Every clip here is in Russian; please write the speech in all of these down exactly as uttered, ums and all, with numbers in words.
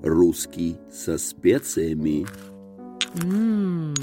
Русский со специями. М-м.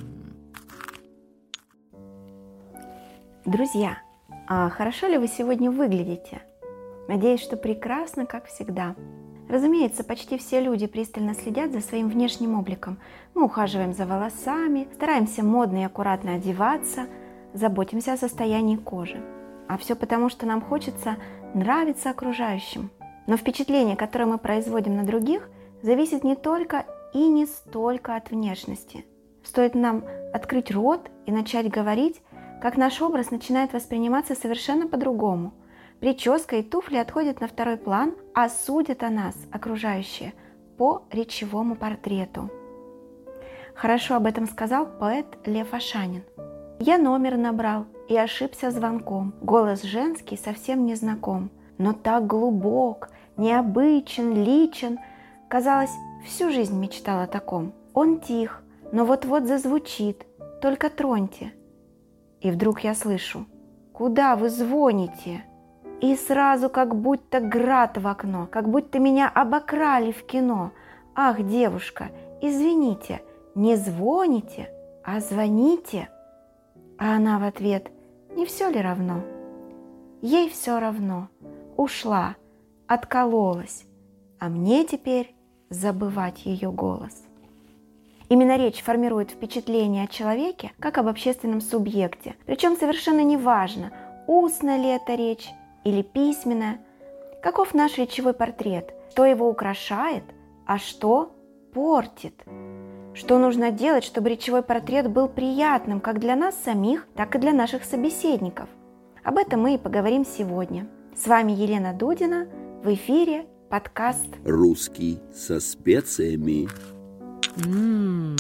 Друзья, а хорошо ли вы сегодня выглядите? Надеюсь, что прекрасно, как всегда. Разумеется, почти все люди пристально следят за своим внешним обликом. Мы ухаживаем за волосами, стараемся модно и аккуратно одеваться, заботимся о состоянии кожи. А все потому, что нам хочется нравиться окружающим. Но впечатление, которое мы производим на других, зависит не только и не столько от внешности. Стоит нам открыть рот и начать говорить, как наш образ начинает восприниматься совершенно по-другому. Прическа и туфли отходят на второй план, а судят о нас окружающие по речевому портрету. Хорошо об этом сказал поэт Лев Ашанин. «Я номер набрал и ошибся звонком. Голос женский совсем не знаком, но так глубок, необычен, личен. Казалось, всю жизнь мечтал о таком. Он тих, но вот-вот зазвучит, только троньте». И вдруг я слышу: «Куда вы звоните?» И сразу как будто град в окно, как будто меня обокрали в кино. «Ах, девушка, извините, не звоните, а звоните». А она в ответ: «Не все ли равно?» Ей все равно. Ушла, откололась, а мне теперь забывать ее голос. Именно речь формирует впечатление о человеке как об общественном субъекте. Причем совершенно неважно, устная ли это речь или письменная. Каков наш речевой портрет, что его украшает, а что портит. Что нужно делать, чтобы речевой портрет был приятным как для нас самих, так и для наших собеседников. Об этом мы и поговорим сегодня. С вами Елена Дудина, в эфире подкаст «Русский со специями». М-м.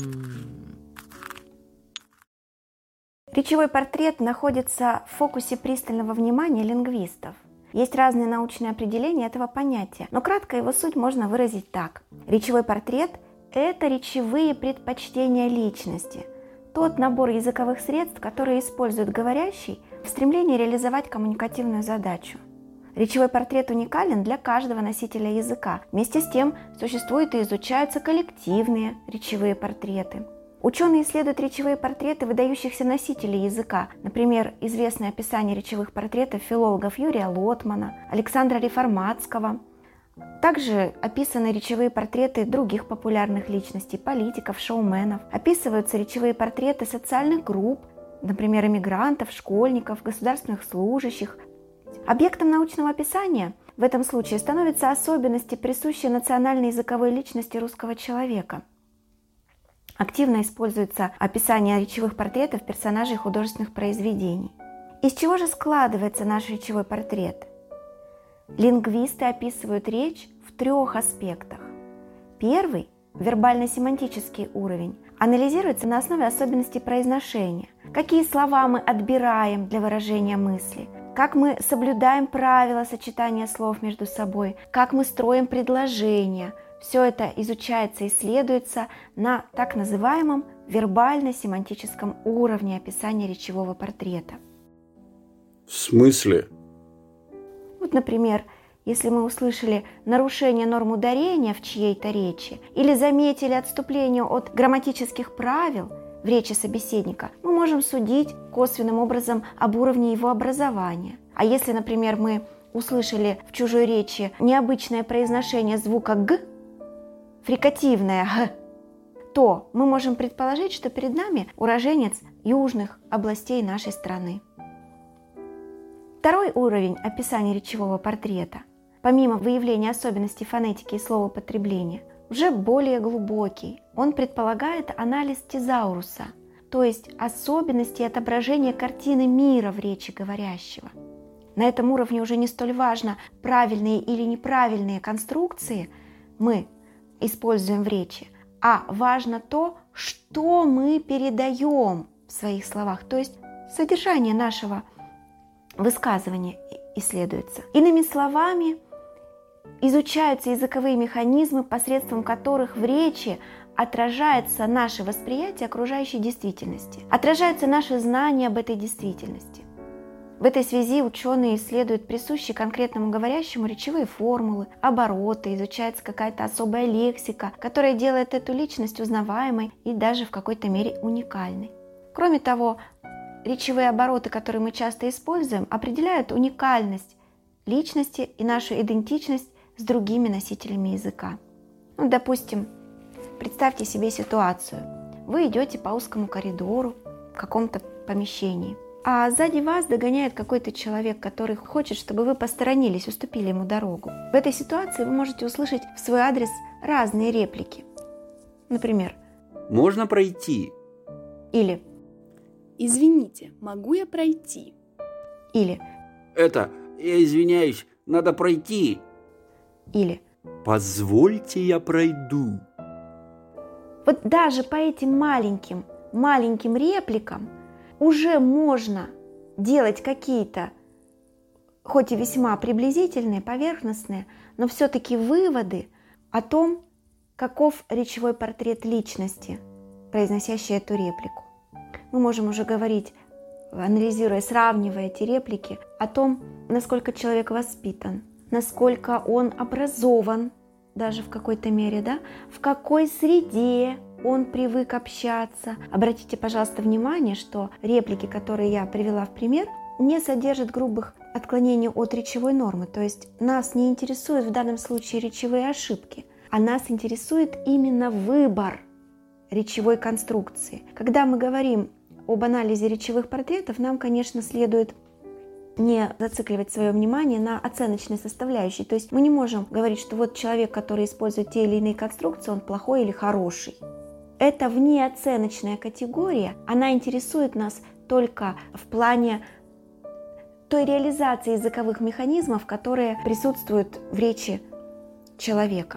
Речевой портрет находится в фокусе пристального внимания лингвистов. Есть разные научные определения этого понятия, но кратко его суть можно выразить так. Речевой портрет – это речевые предпочтения личности, тот набор языковых средств, которые использует говорящий в стремлении реализовать коммуникативную задачу. Речевой портрет уникален для каждого носителя языка. Вместе с тем существуют и изучаются коллективные речевые портреты. Ученые исследуют речевые портреты выдающихся носителей языка, например, известное описание речевых портретов филологов Юрия Лотмана, Александра Реформатского. Также описаны речевые портреты других популярных личностей, политиков, шоуменов. Описываются речевые портреты социальных групп, например, иммигрантов, школьников, государственных служащих. Объектом научного описания в этом случае становятся особенности, присущие национальной языковой личности русского человека. Активно используется описание речевых портретов персонажей художественных произведений. Из чего же складывается наш речевой портрет? Лингвисты описывают речь в трех аспектах. Первый – вербально-семантический уровень. Анализируется на основе особенностей произношения. Какие слова мы отбираем для выражения мысли, как мы соблюдаем правила сочетания слов между собой, как мы строим предложения. Все это изучается и исследуется на так называемом вербально-семантическом уровне описания речевого портрета. В смысле? Вот, например, если мы услышали нарушение норм ударения в чьей-то речи или заметили отступление от грамматических правил в речи собеседника, мы можем судить косвенным образом об уровне его образования. А если, например, мы услышали в чужой речи необычное произношение звука «г», фрикативное «г», то мы можем предположить, что перед нами уроженец южных областей нашей страны. Второй уровень описания речевого портрета, помимо выявления особенностей фонетики и словопотребления, уже более глубокий. Он предполагает анализ тезауруса, то есть особенности отображения картины мира в речи говорящего. На этом уровне уже не столь важно, правильные или неправильные конструкции мы используем в речи, а важно то, что мы передаем в своих словах, то есть содержание нашего высказывания исследуется. Иными словами, изучаются языковые механизмы, посредством которых в речи отражается наше восприятие окружающей действительности, отражается наше знание об этой действительности. В этой связи ученые исследуют присущие конкретному говорящему речевые формулы, обороты, изучается какая-то особая лексика, которая делает эту личность узнаваемой и даже в какой-то мере уникальной. Кроме того, речевые обороты, которые мы часто используем, определяют уникальность личности и нашу идентичность с другими носителями языка. Ну, допустим, представьте себе ситуацию. Вы идете по узкому коридору в каком-то помещении, а сзади вас догоняет какой-то человек, который хочет, чтобы вы посторонились, уступили ему дорогу. В этой ситуации вы можете услышать в свой адрес разные реплики. Например, «Можно пройти?» Или «Извините, могу я пройти?» Или «Это, я извиняюсь, надо пройти!» Или «Позвольте, я пройду!» Вот даже по этим маленьким, маленьким репликам уже можно делать какие-то, хоть и весьма приблизительные, поверхностные, но все-таки выводы о том, каков речевой портрет личности, произносящей эту реплику. Мы можем уже говорить, анализируя, сравнивая эти реплики, о том, насколько человек воспитан, насколько он образован, даже в какой-то мере, да, в какой среде он привык общаться. Обратите, пожалуйста, внимание, что реплики, которые я привела в пример, не содержат грубых отклонений от речевой нормы. То есть нас не интересуют в данном случае речевые ошибки, а нас интересует именно выбор речевой конструкции. Когда мы говорим об анализе речевых портретов, нам, конечно, следует не зацикливать свое внимание на оценочной составляющей. То есть мы не можем говорить, что вот человек, который использует те или иные конструкции, он плохой или хороший. Это внеоценочная категория, она интересует нас только в плане той реализации языковых механизмов, которые присутствуют в речи человека.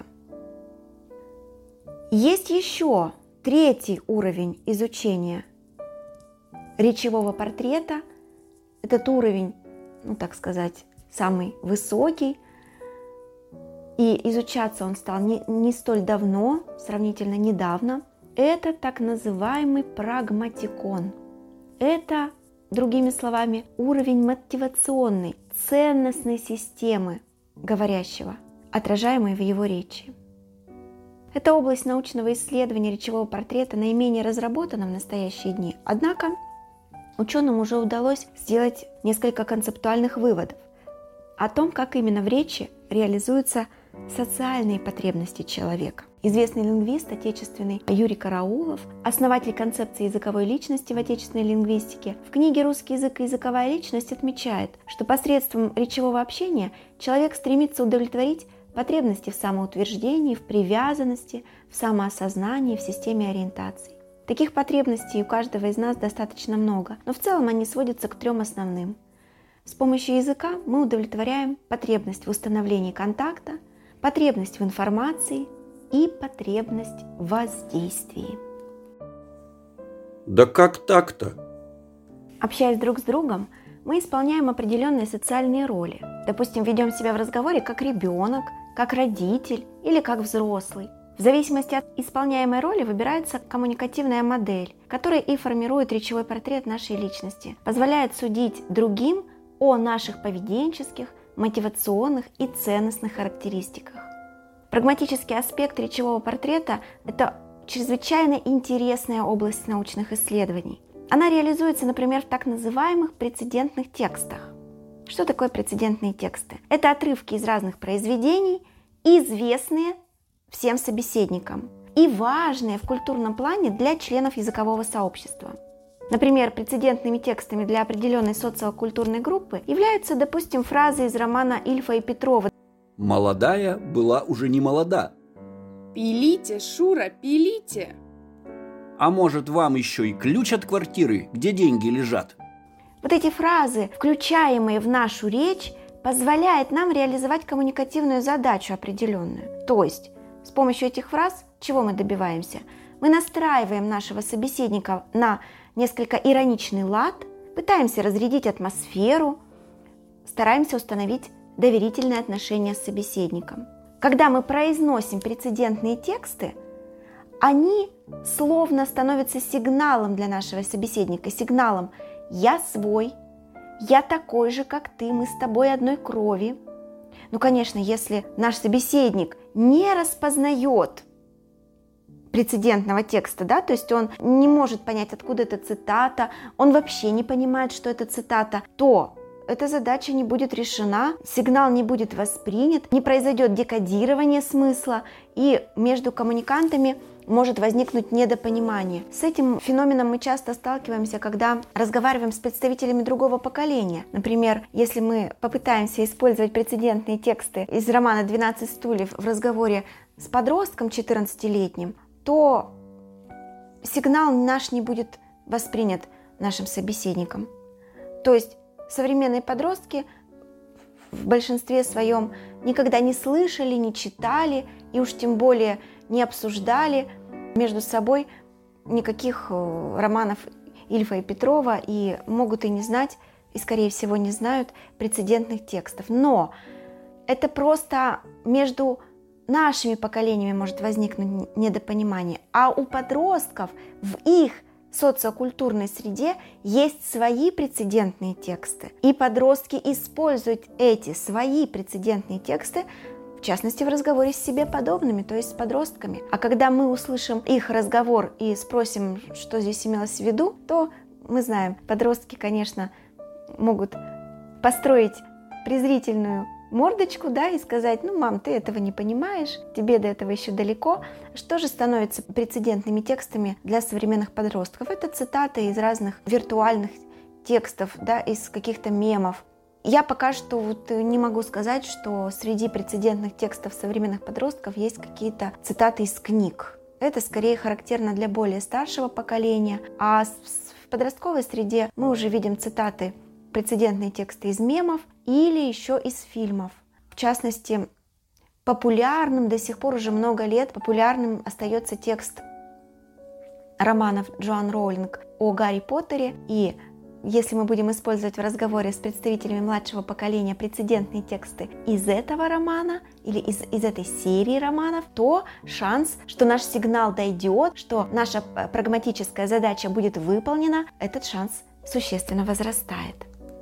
Есть еще третий уровень изучения речевого портрета. Этот уровень, ну так сказать, самый высокий, и изучаться он стал не, не столь давно, сравнительно недавно. Это так называемый прагматикон. Это, другими словами, уровень мотивационной, ценностной системы говорящего, отражаемой в его речи. Эта область научного исследования речевого портрета наименее разработана в настоящие дни. Однако ученым уже удалось сделать несколько концептуальных выводов о том, как именно в речи реализуются социальные потребности человека. Известный лингвист отечественный Юрий Караулов, основатель концепции языковой личности в отечественной лингвистике, в книге «Русский язык и языковая личность» отмечает, что посредством речевого общения человек стремится удовлетворить потребности в самоутверждении, в привязанности, в самоосознании, в системе ориентаций. Таких потребностей у каждого из нас достаточно много, но в целом они сводятся к трем основным. С помощью языка мы удовлетворяем потребность в установлении контакта, потребность в информации и потребность в воздействии. Да как так-то? Общаясь друг с другом, мы исполняем определенные социальные роли. Допустим, ведем себя в разговоре как ребенок, как родитель или как взрослый. В зависимости от исполняемой роли выбирается коммуникативная модель, которая и формирует речевой портрет нашей личности, позволяет судить другим о наших поведенческих, мотивационных и ценностных характеристиках. Прагматический аспект речевого портрета – это чрезвычайно интересная область научных исследований. Она реализуется, например, в так называемых прецедентных текстах. Что такое прецедентные тексты? Это отрывки из разных произведений, известные всем собеседникам и важные в культурном плане для членов языкового сообщества. Например, прецедентными текстами для определенной социокультурной группы являются, допустим, фразы из романа Ильфа и Петрова «Молодая была уже не молода». «Пилите, Шура, пилите!» «А может, вам еще и ключ от квартиры, где деньги лежат?» Вот эти фразы, включаемые в нашу речь, позволяют нам реализовать коммуникативную задачу определенную. То есть, с помощью этих фраз чего мы добиваемся? Мы настраиваем нашего собеседника на несколько ироничный лад, пытаемся разрядить атмосферу, стараемся установить доверительные отношения с собеседником. Когда мы произносим прецедентные тексты, они словно становятся сигналом для нашего собеседника, сигналом «я свой», «Я такой же, как ты, мы с тобой одной крови». Ну, конечно, если наш собеседник не распознает прецедентного текста, да, то есть он не может понять, откуда эта цитата, он вообще не понимает, что это цитата, то эта задача не будет решена, сигнал не будет воспринят, не произойдет декодирование смысла, и между коммуникантами может возникнуть недопонимание. С этим феноменом мы часто сталкиваемся, когда разговариваем с представителями другого поколения. Например, если мы попытаемся использовать прецедентные тексты из романа «двенадцать стульев» в разговоре с подростком четырнадцатилетним, то сигнал наш не будет воспринят нашим собеседником. То есть современные подростки в большинстве своем никогда не слышали, не читали и уж тем более не обсуждали между собой никаких романов Ильфа и Петрова и могут и не знать, и скорее всего не знают прецедентных текстов. Но это просто между нашими поколениями может возникнуть недопонимание, а у подростков в их социокультурной среде есть свои прецедентные тексты. И подростки используют эти свои прецедентные тексты, в частности, в разговоре с себе подобными, то есть с подростками. А когда мы услышим их разговор и спросим, что здесь имелось в виду, то мы знаем, подростки, конечно, могут построить презрительную мордочку, да, и сказать: ну, мам, ты этого не понимаешь, тебе до этого еще далеко. Что же становится прецедентными текстами для современных подростков? Это цитаты из разных виртуальных текстов, да, из каких-то мемов. Я пока что вот не могу сказать, что среди прецедентных текстов современных подростков есть какие-то цитаты из книг. Это скорее характерно для более старшего поколения, а в подростковой среде мы уже видим цитаты, прецедентные тексты из мемов или еще из фильмов. В частности, популярным до сих пор уже много лет популярным остается текст романов Джоан Роулинг о Гарри Поттере. И если мы будем использовать в разговоре с представителями младшего поколения прецедентные тексты из этого романа или из, из этой серии романов, то шанс, что наш сигнал дойдет, что наша прагматическая задача будет выполнена, этот шанс существенно возрастает.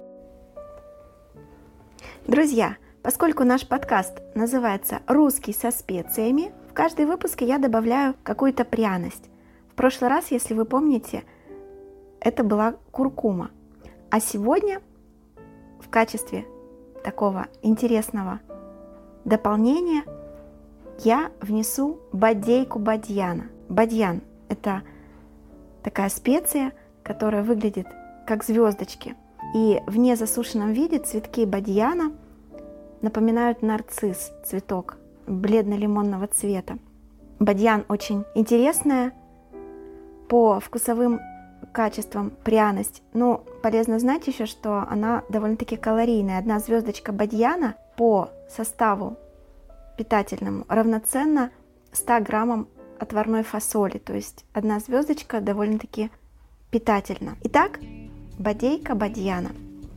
Друзья, поскольку наш подкаст называется «Русский со специями», в каждый выпуск я добавляю какую-то пряность. В прошлый раз, если вы помните, это была куркума. А сегодня в качестве такого интересного дополнения я внесу бадейку бадьяна. Бадьян – это такая специя, которая выглядит как звездочки. И в незасушенном виде цветки бадьяна напоминают нарцисс, цветок бледно-лимонного цвета. Бадьян очень интересная по вкусовым качествам пряность. Но полезно знать еще, что она довольно-таки калорийная. Одна звездочка бадьяна по составу питательному равноценна ста граммам отварной фасоли. То есть одна звездочка довольно-таки питательна. Итак, бадейка бадьяна.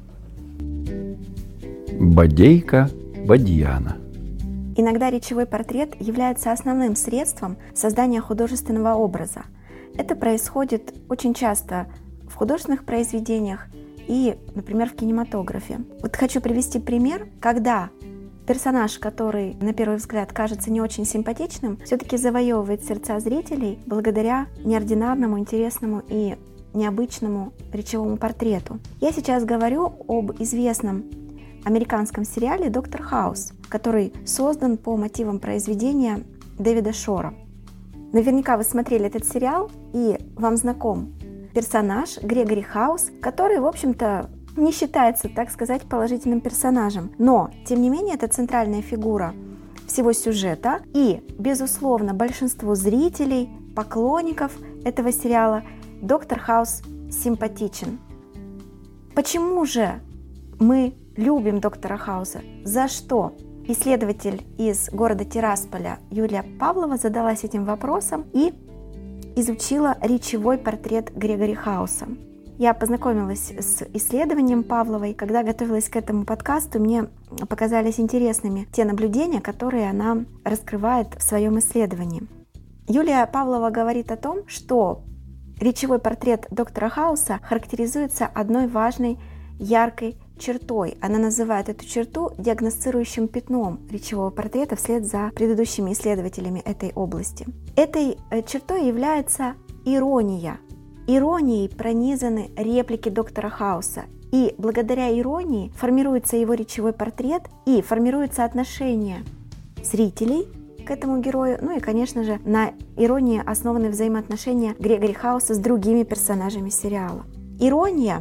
Бадейка бадьяна. Иногда речевой портрет является основным средством создания художественного образа. Это происходит очень часто в художественных произведениях и, например, в кинематографе. Вот хочу привести пример, когда персонаж, который на первый взгляд кажется не очень симпатичным, все-таки завоевывает сердца зрителей благодаря неординарному, интересному и необычному речевому портрету. Я сейчас говорю об известном американском сериале «Доктор Хаус», который создан по мотивам произведения Дэвида Шора. Наверняка вы смотрели этот сериал, и вам знаком персонаж Грегори Хаус, который, в общем-то, не считается, так сказать, положительным персонажем. Но, тем не менее, это центральная фигура всего сюжета, и, безусловно, большинству зрителей, поклонников этого сериала Доктор Хаус симпатичен. Почему же мы любим Доктора Хауса? За что? Исследователь из города Тирасполя Юлия Павлова задалась этим вопросом и изучила речевой портрет Грегори Хауса. Я познакомилась с исследованием Павловой. Когда готовилась к этому подкасту, мне показались интересными те наблюдения, которые она раскрывает в своем исследовании. Юлия Павлова говорит о том, что речевой портрет доктора Хауса характеризуется одной важной яркой чертой. Она называет эту черту диагностирующим пятном речевого портрета вслед за предыдущими исследователями этой области. Этой чертой является ирония. Иронией пронизаны реплики доктора Хауса. И благодаря иронии формируется его речевой портрет и формируется отношение зрителей к этому герою. Ну и, конечно же, на иронии основаны взаимоотношения Грегори Хауса с другими персонажами сериала. Ирония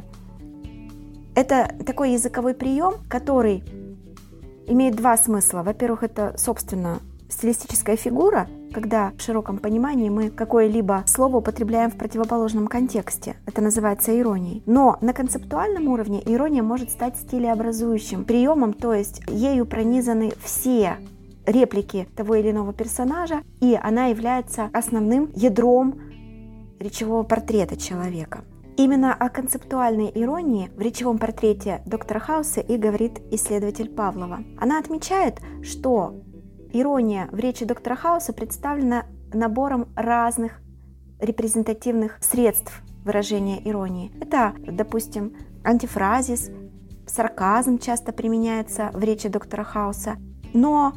– это такой языковой прием, который имеет два смысла. Во-первых, это, собственно, стилистическая фигура, когда в широком понимании мы какое-либо слово употребляем в противоположном контексте. Это называется иронией. Но на концептуальном уровне ирония может стать стилеобразующим приемом, то есть ею пронизаны все реплики того или иного персонажа, и она является основным ядром речевого портрета человека. Именно о концептуальной иронии в речевом портрете доктора Хауса и говорит исследователь Павлова. Она отмечает, что ирония в речи доктора Хауса представлена набором разных репрезентативных средств выражения иронии. Это, допустим, антифразис, сарказм часто применяется в речи доктора Хауса, но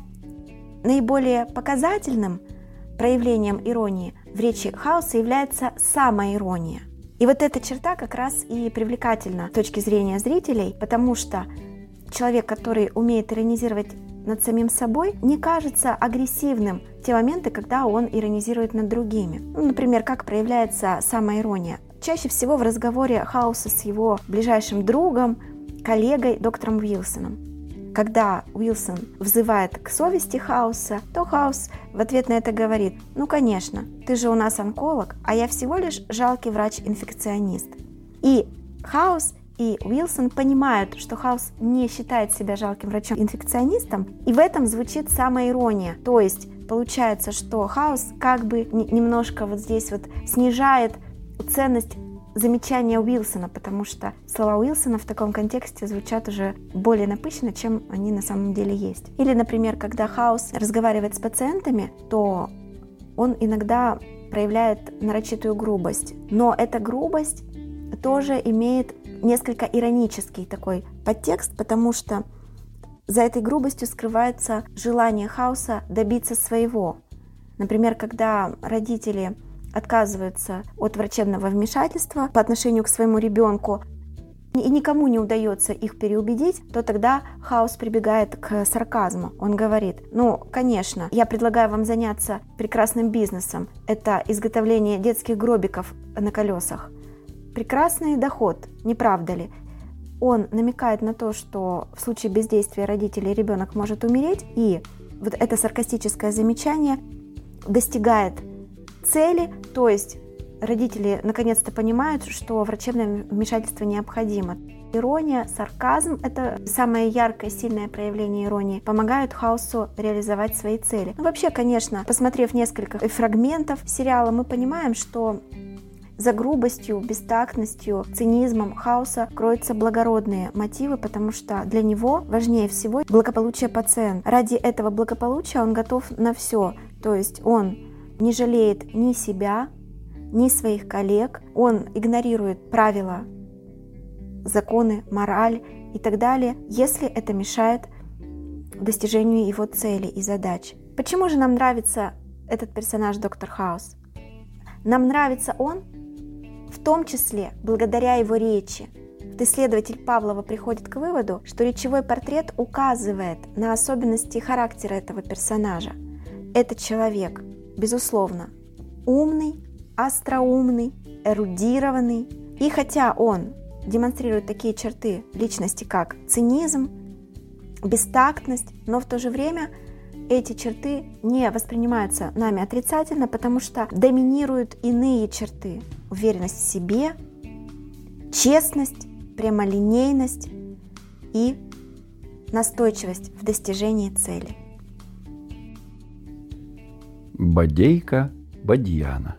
наиболее показательным проявлением иронии в речи Хауса является самоирония. И вот эта черта как раз и привлекательна с точки зрения зрителей, потому что человек, который умеет иронизировать над самим собой, не кажется агрессивным в те моменты, когда он иронизирует над другими. Ну, например, как проявляется самоирония? Чаще всего в разговоре Хауса с его ближайшим другом, коллегой, доктором Уилсоном. Когда Уилсон взывает к совести Хауса, то Хаус в ответ на это говорит: «Ну, конечно, ты же у нас онколог, а я всего лишь жалкий врач-инфекционист». И Хаус и Уилсон понимают, что Хаус не считает себя жалким врачом-инфекционистом, и в этом звучит самоирония. То есть получается, что Хаус как бы немножко вот здесь вот снижает ценность замечания Уилсона, потому что слова Уилсона в таком контексте звучат уже более напыщенно, чем они на самом деле есть. Или, например, когда Хаус разговаривает с пациентами, то он иногда проявляет нарочитую грубость. Но эта грубость тоже имеет несколько иронический такой подтекст, потому что за этой грубостью скрывается желание Хауса добиться своего. Например, когда родители отказываются от врачебного вмешательства по отношению к своему ребенку, и никому не удается их переубедить, то тогда Хаус прибегает к сарказму. Он говорит: ну, конечно, я предлагаю вам заняться прекрасным бизнесом. Это изготовление детских гробиков на колесах. Прекрасный доход, не правда ли? Он намекает на то, что в случае бездействия родителей ребенок может умереть, и вот это саркастическое замечание достигает цели, то есть родители наконец-то понимают, что врачебное вмешательство необходимо. Ирония, сарказм – это самое яркое, сильное проявление иронии, помогают Хаусу реализовать свои цели. Ну, вообще, конечно, посмотрев несколько фрагментов сериала, мы понимаем, что за грубостью, бестактностью, цинизмом Хауса кроются благородные мотивы, потому что для него важнее всего благополучие пациента. Ради этого благополучия он готов на все, то есть он не жалеет ни себя, ни своих коллег, он игнорирует правила, законы, мораль и так далее, если это мешает достижению его целей и задач. Почему же нам нравится этот персонаж доктор Хаус? Нам нравится он в том числе благодаря его речи. Исследователь Павлова приходит к выводу, что речевой портрет указывает на особенности характера этого персонажа. Этот человек, безусловно, умный, остроумный, эрудированный. И хотя он демонстрирует такие черты личности, как цинизм, бестактность, но в то же время эти черты не воспринимаются нами отрицательно, потому что доминируют иные черты: уверенность в себе, честность, прямолинейность и настойчивость в достижении цели. Бодейка Бадьяна.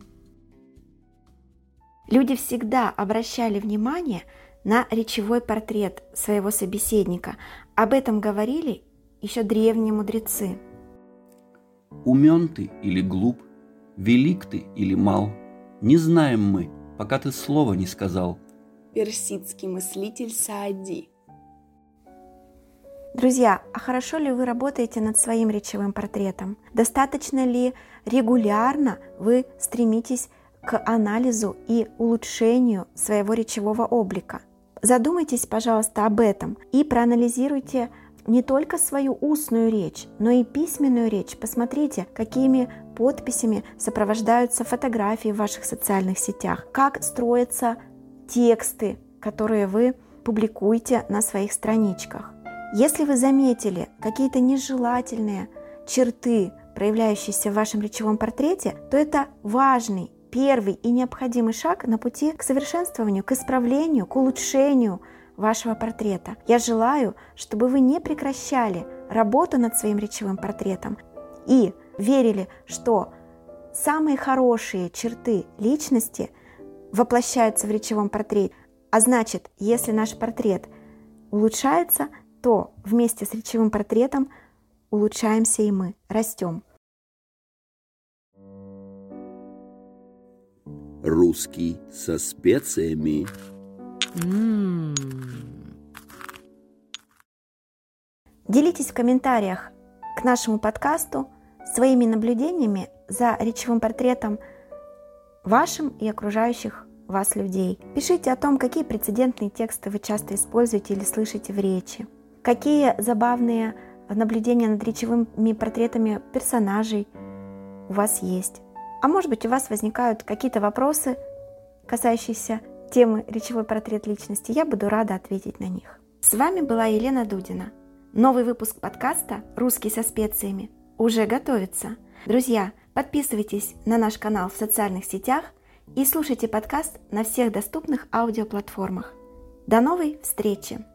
Люди всегда обращали внимание на речевой портрет своего собеседника. Об этом говорили еще древние мудрецы. Умен ты или глуп, велик ты или мал, не знаем мы, пока ты слова не сказал. персидский мыслитель Саади. Друзья, а хорошо ли вы работаете над своим речевым портретом? Достаточно ли регулярно вы стремитесь к анализу и улучшению своего речевого облика? Задумайтесь, пожалуйста, об этом и проанализируйте не только свою устную речь, но и письменную речь. Посмотрите, какими подписями сопровождаются фотографии в ваших социальных сетях, как строятся тексты, которые вы публикуете на своих страничках. Если вы заметили какие-то нежелательные черты, проявляющиеся в вашем речевом портрете, то это важный, первый и необходимый шаг на пути к совершенствованию, к исправлению, к улучшению вашего портрета. Я желаю, чтобы вы не прекращали работу над своим речевым портретом и верили, что самые хорошие черты личности воплощаются в речевом портрете. А значит, если наш портрет улучшается, то вместе с речевым портретом улучшаемся и мы, растем. Русский со специями. М-м. Делитесь в комментариях к нашему подкасту своими наблюдениями за речевым портретом вашим и окружающих вас людей. Пишите о том, какие прецедентные тексты вы часто используете или слышите в речи. Какие забавные наблюдения над речевыми портретами персонажей у вас есть. А может быть, у вас возникают какие-то вопросы, касающиеся темы речевой портрет личности. Я буду рада ответить на них. С вами была Елена Дудина. Новый выпуск подкаста «Русский со специями» уже готовится. Друзья, подписывайтесь на наш канал в социальных сетях и слушайте подкаст на всех доступных аудиоплатформах. До новой встречи!